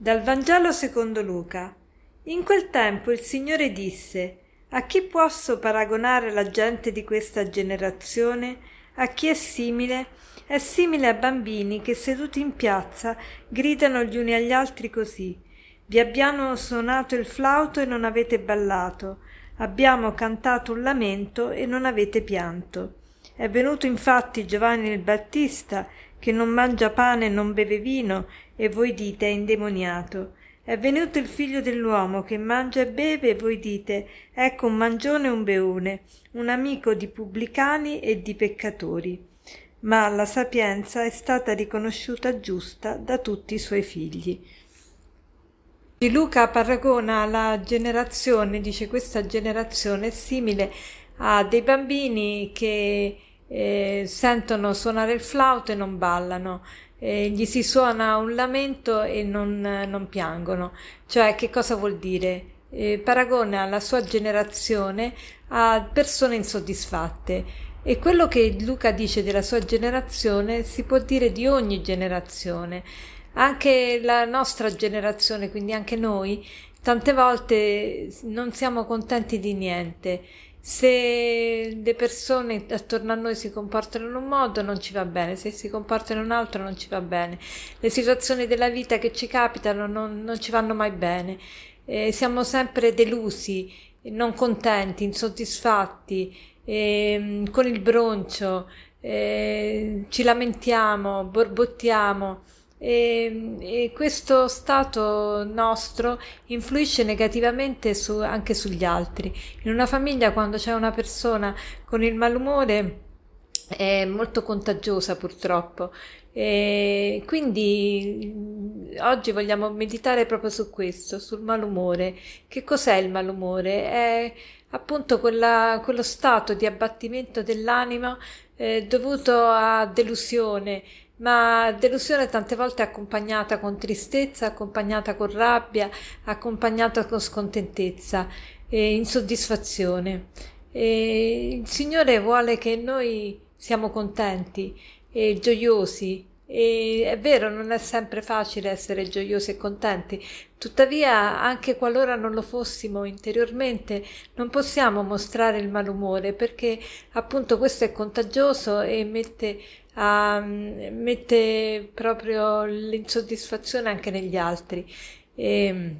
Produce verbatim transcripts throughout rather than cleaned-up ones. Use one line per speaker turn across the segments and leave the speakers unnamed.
Dal Vangelo secondo Luca. In quel tempo il Signore disse: a chi posso paragonare la gente di questa generazione? A chi è simile? È simile a bambini che seduti in piazza gridano gli uni agli altri così: vi abbiamo suonato il flauto e non avete ballato, abbiamo cantato un lamento e non avete pianto. È venuto infatti Giovanni il Battista, che non mangia pane e non beve vino, e voi dite è indemoniato. È venuto il figlio dell'uomo, che mangia e beve, e voi dite ecco un mangione e un beone, un amico di pubblicani e di peccatori. Ma la sapienza è stata riconosciuta giusta da tutti i suoi figli. Luca paragona la generazione, dice questa generazione è simile a dei bambini che eh, sentono suonare il flauto e non ballano, eh, gli si suona un lamento e non, non piangono. Cioè, che cosa vuol dire? Eh, paragona la sua generazione a persone insoddisfatte, e quello che Luca dice della sua generazione si può dire di ogni generazione. Anche la nostra generazione, quindi anche noi, tante volte non siamo contenti di niente. Se le persone attorno a noi si comportano in un modo non ci va bene, se si comportano in un altro non ci va bene. Le situazioni della vita che ci capitano non, non ci vanno mai bene. Eh, siamo sempre delusi, non contenti, insoddisfatti, eh, con il broncio, eh, ci lamentiamo, borbottiamo. E, e questo stato nostro influisce negativamente su, anche sugli altri. In una famiglia, quando c'è una persona con il malumore, è molto contagiosa purtroppo, e quindi oggi vogliamo meditare proprio su questo, sul malumore. Che cos'è il malumore? È appunto quella, quello stato di abbattimento dell'anima eh, dovuto a delusione, ma delusione tante volte accompagnata con tristezza, accompagnata con rabbia, accompagnata con scontentezza e insoddisfazione. E il Signore vuole che noi siamo contenti e gioiosi. E è vero, non è sempre facile essere gioiosi e contenti, tuttavia, anche qualora non lo fossimo interiormente, non possiamo mostrare il malumore, perché appunto questo è contagioso e mette a, mette proprio l'insoddisfazione anche negli altri. E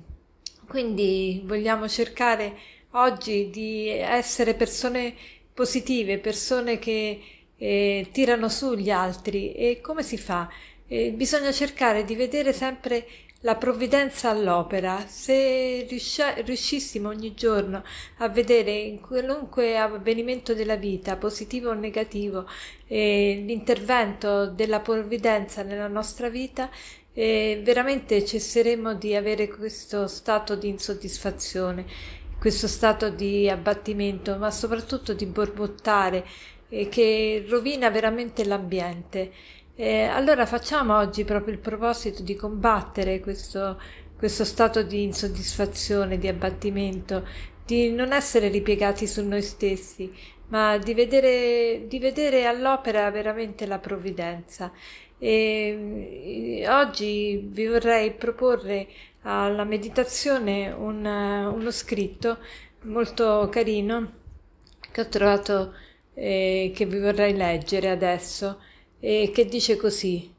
quindi vogliamo cercare oggi di essere persone positive, persone che eh, tirano su gli altri. E come si fa? Eh, bisogna cercare di vedere sempre la provvidenza all'opera. Se riusci- riuscissimo ogni giorno a vedere in qualunque avvenimento della vita, positivo o negativo, eh, l'intervento della provvidenza nella nostra vita, eh, veramente cesseremo di avere questo stato di insoddisfazione, questo stato di abbattimento, ma soprattutto di borbottare, eh, che rovina veramente l'ambiente. Eh, allora facciamo oggi proprio il proposito di combattere questo, questo stato di insoddisfazione, di abbattimento, di non essere ripiegati su noi stessi, ma di vedere, di vedere all'opera veramente la provvidenza. E, oggi vi vorrei proporre alla meditazione un, uno scritto molto carino che ho trovato, eh, che vi vorrei leggere adesso, e che dice così: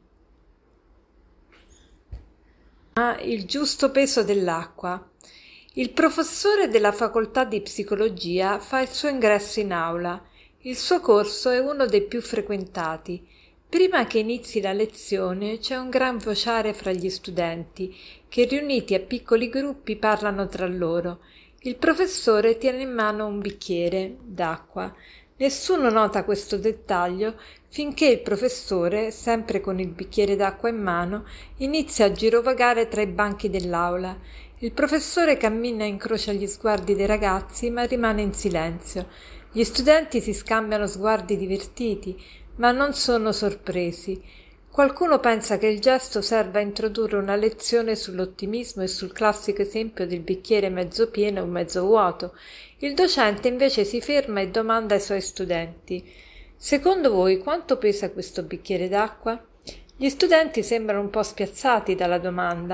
ah, il giusto peso dell'acqua. Il professore della facoltà di psicologia fa il suo ingresso in aula. Il suo corso è uno dei più frequentati. Prima che inizi la lezione c'è un gran vociare fra gli studenti, che riuniti a piccoli gruppi parlano tra loro. Il professore tiene in mano un bicchiere d'acqua. Nessuno nota questo dettaglio finché il professore, sempre con il bicchiere d'acqua in mano, inizia a girovagare tra i banchi dell'aula. Il professore cammina e incrocia gli sguardi dei ragazzi, ma rimane in silenzio. Gli studenti si scambiano sguardi divertiti, ma non sono sorpresi. Qualcuno pensa che il gesto serva a introdurre una lezione sull'ottimismo e sul classico esempio del bicchiere mezzo pieno o mezzo vuoto. Il docente invece si ferma e domanda ai suoi studenti: secondo voi quanto pesa questo bicchiere d'acqua? Gli studenti sembrano un po' spiazzati dalla domanda.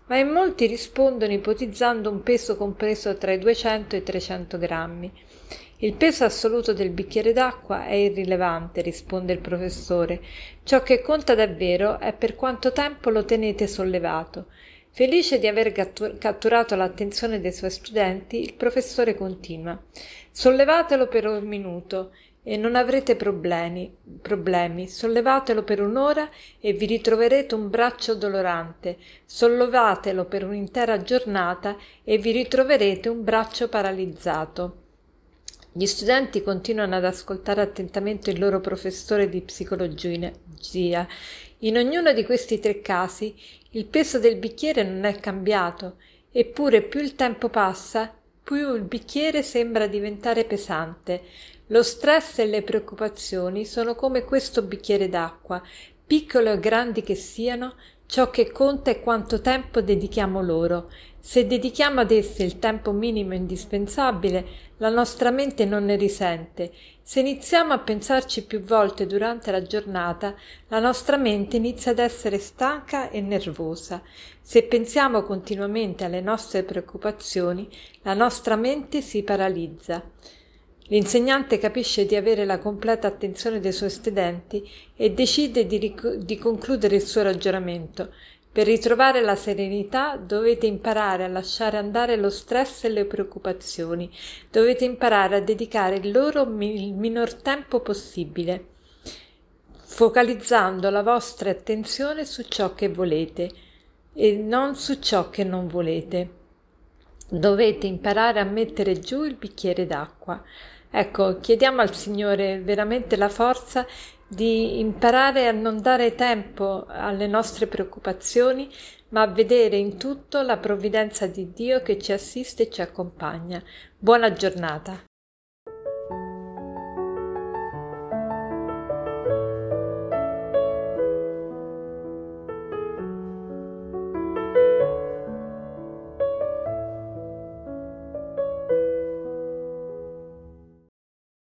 ma in molti rispondono ipotizzando un peso compreso tra i duecento e i trecento grammi. Il peso assoluto del bicchiere d'acqua è irrilevante, risponde il professore. Ciò che conta davvero è per quanto tempo lo tenete sollevato. Felice di aver catturato l'attenzione dei suoi studenti, il professore continua. Sollevatelo per un minuto e non avrete problemi. problemi. Sollevatelo per un'ora e vi ritroverete un braccio dolorante. Sollevatelo per un'intera giornata e vi ritroverete un braccio paralizzato. Gli studenti continuano ad ascoltare attentamente il loro professore di psicologia. In ognuno di questi tre casi il peso del bicchiere non è cambiato, eppure più il tempo passa, più il bicchiere sembra diventare pesante. Lo stress e le preoccupazioni sono come questo bicchiere d'acqua, piccole o grandi che siano, ciò che conta è quanto tempo dedichiamo loro. Se dedichiamo ad esse il tempo minimo indispensabile, la nostra mente non ne risente. Se iniziamo a pensarci più volte durante la giornata, la nostra mente inizia ad essere stanca e nervosa. Se pensiamo continuamente alle nostre preoccupazioni, la nostra mente si paralizza. L'insegnante capisce di avere la completa attenzione dei suoi studenti e decide di, ric- di concludere il suo ragionamento. Per ritrovare la serenità dovete imparare a lasciare andare lo stress e le preoccupazioni. Dovete imparare a dedicare il loro mi- il minor tempo possibile, focalizzando la vostra attenzione su ciò che volete e non su ciò che non volete. Dovete imparare a mettere giù il bicchiere d'acqua. Ecco, chiediamo al Signore veramente la forza di imparare a non dare tempo alle nostre preoccupazioni, ma a vedere in tutto la provvidenza di Dio che ci assiste e ci accompagna. Buona giornata.